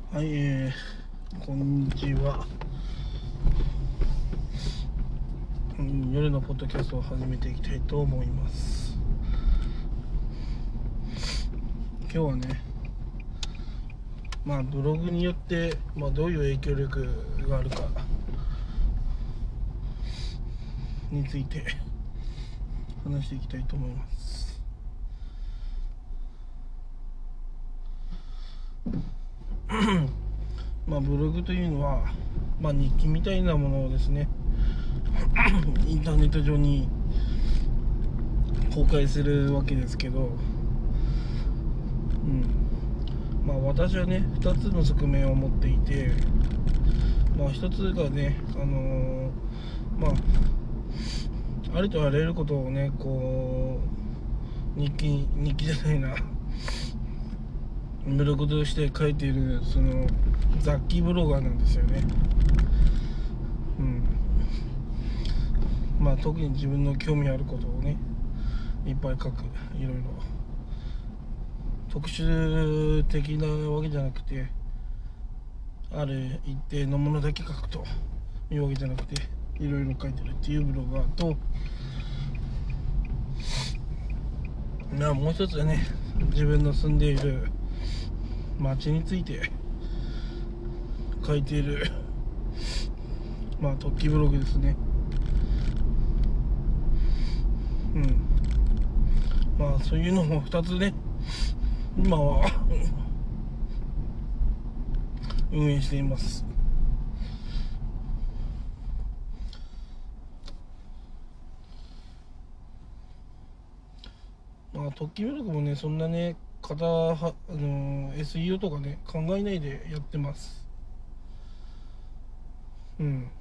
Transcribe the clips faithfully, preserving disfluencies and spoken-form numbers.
はい、えー、こんにちは、うん、夜のポッドキャストを始めていきたいと思います。今日はね、まあブログによって、まあ、どういう影響力があるかについて話していきたいと思います。まあブログというのは、まあ、日記みたいなものをですねインターネット上に公開するわけですけど、うんまあ、私はねふたつの側面を持っていて、まあ、ひとつがね、あのー、まあありとあらゆることをねこう日記日記じゃないなブログとして書いているその雑記ブロガーなんですよね。うんまあ特に自分の興味あることをねいっぱい書く、いろいろ特殊的なわけじゃなくて、ある一定のものだけ書くというわけじゃなくて、いろいろ書いてるっていうブロガーと、まあもう一つはね、自分の住んでいる町について書いているまあ特記ブログですね。うんまあそういうのもふたつね今は運営しています。まあ特記ブログもねそんなね型はあの エスイーオー とかね考えないでやってます。うん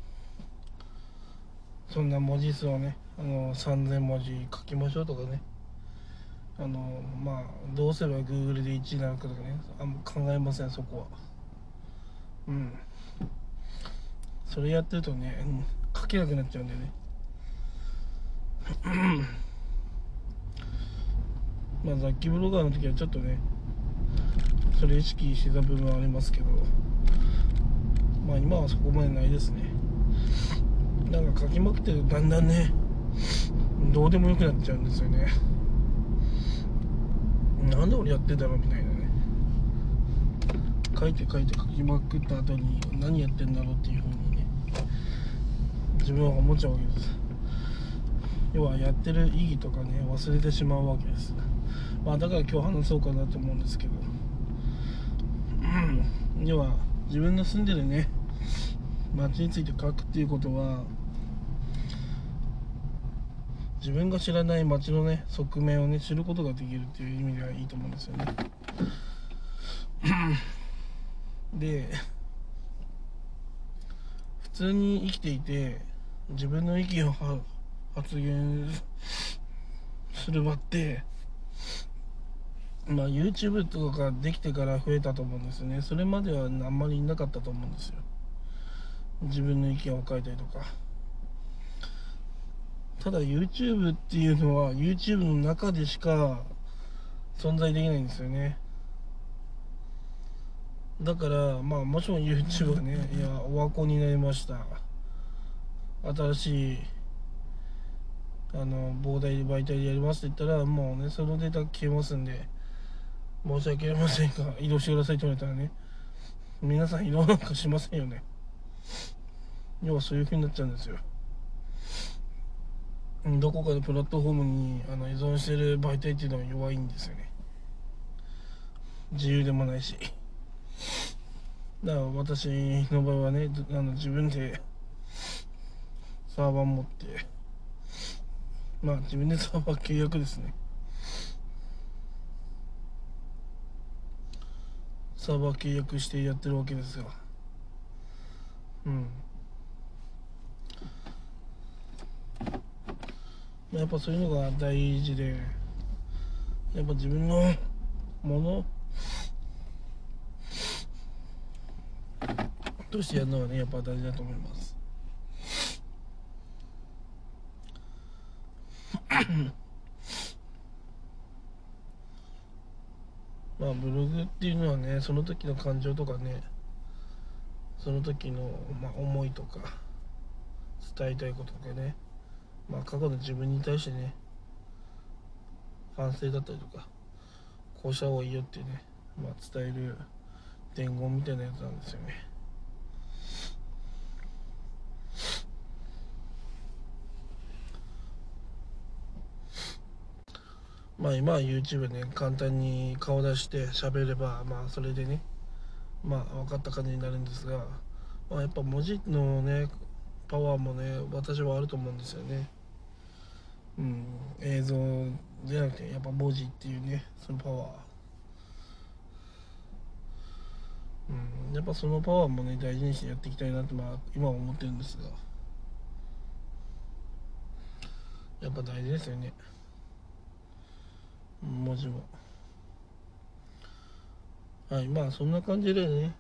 そんな文字数をねあのさんぜんもじ書きましょうとかね、あのまあどうすれば Google でいちいになるかとかねあんま考えません、そこは。うんそれやってるとね、うん、書けなくなっちゃうんでねまあ雑記ブロガーの時はちょっとねそれ意識してた部分はありますけど、まあ今はそこまでないですね。なんか書きまくってるとだんだんねどうでもよくなっちゃうんですよね。なんで俺やってんだろうみたいなね、書いて書いて書きまくった後に何やってんだろうっていう風にね自分は思っちゃうわけです。要はやってる意義とかね忘れてしまうわけです。まあだから今日話そうかなと思うんですけど、うん、要は自分の住んでるね街について書くっていうことは、自分が知らない街のね側面をね知ることができるっていう意味ではいいと思うんですよね。で普通に生きていて自分の意見を発言する場って、まあ YouTube とかができてから増えたと思うんですよね。それまではあんまりいなかったと思うんですよ、自分の意見を書いたりとか。ただ YouTube っていうのは YouTube の中でしか存在できないんですよね。だからまあもちろん YouTube はね、いやオワコンになりました、新しいあの膨大媒体でやりますって言ったらもうねそのデータ消えますんで申し訳ありませんが移動してくださいって言われたらね、皆さん移動なんかしませんよね。要はそういう風になっちゃうんですよ。どこかのプラットフォームにあの依存してる媒体っていうのは弱いんですよね。自由でもないし、だから私の場合はねあの自分でサーバー持って、まあ自分でサーバー契約ですね、サーバー契約してやってるわけですが、うんやっぱそういうのが大事で、やっぱ自分のものとしてやるのはねやっぱ大事だと思います。まあブログっていうのはねその時の感情とかねその時の、まあ、思いとか伝えたいこととかね、まあ、過去の自分に対してね反省だったりとかこうした方がいいよってね、まあ、伝える伝言みたいなやつなんですよね。まあ今は YouTube ね簡単に顔出して喋ればまあそれでねまあ分かった感じになるんですが、まあ、やっぱ文字のねパワーもね私はあると思うんですよね。うん、映像じゃなくてやっぱ文字っていうねそのパワー、うん、やっぱそのパワーもね大事にしてやっていきたいなって、まあ、今は思ってるんですが、やっぱ大事ですよね文字も。はい、まあそんな感じでね、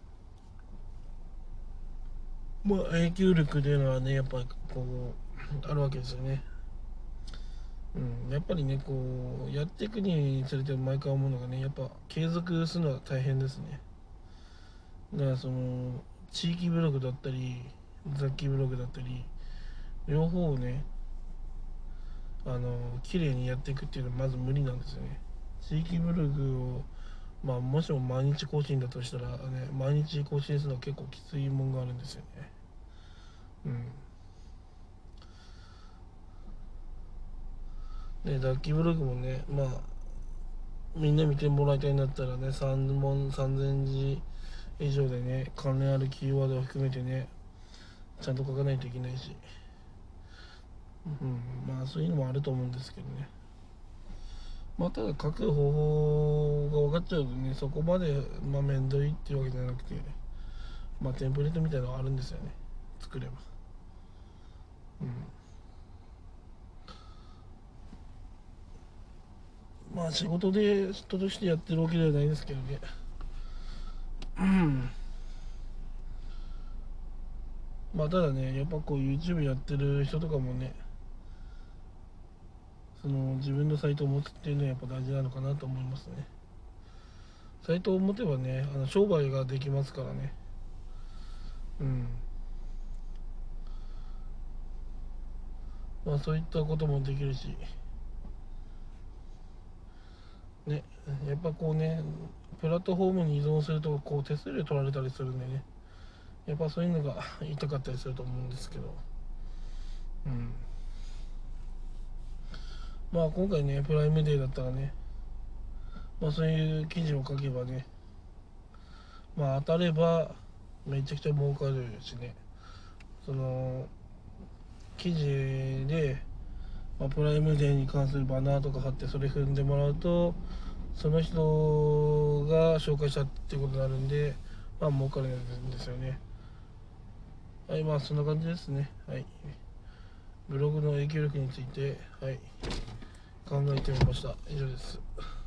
まあ影響力というのはねやっぱりこうあるわけですよね。うん、やっぱりねこうやっていくにつれて毎回思うのがねやっぱ継続するのは大変ですね。だからその地域ブログだったり雑記ブログだったり両方をねあの綺麗にやっていくっていうのはまず無理なんですよね。地域ブログをまあもしも毎日更新だとしたらね毎日更新するのは結構きついもんがあるんですよね。うんで雑記ブログもねまあみんな見てもらいたいんだったらねさんぼんさんぜんじ以上でね関連あるキーワードを含めてねちゃんと書かないといけないし、うん、まあそういうのもあると思うんですけどね。まあただ書く方法が分かっちゃうとねそこまでまあ面倒いっていうわけじゃなくて、まあテンプレートみたいなのがあるんですよね作れば。うん、まあ仕事で人としてやってるわけではないですけどね。うんまあただねやっぱこう YouTube やってる人とかもねその自分のサイトを持つっていうのはやっぱ大事なのかなと思いますね。サイトを持てばねあの商売ができますからね。うんまあそういったこともできるしね、やっぱこうねプラットフォームに依存するとこう手数料取られたりするんでねやっぱそういうのが痛かったりすると思うんですけど、うん、まあ今回ねプライムデーだったらね、まあ、そういう記事を書けばねまあ当たればめちゃくちゃ儲かるしねその記事で、まあ、プライムデーに関するバナーとか貼ってそれ踏んでもらうとその人が紹介したっていうことになるんでまあ儲かるんですよね。はいまあそんな感じですね。はいブログの影響力について、はい、考えてみました。以上です。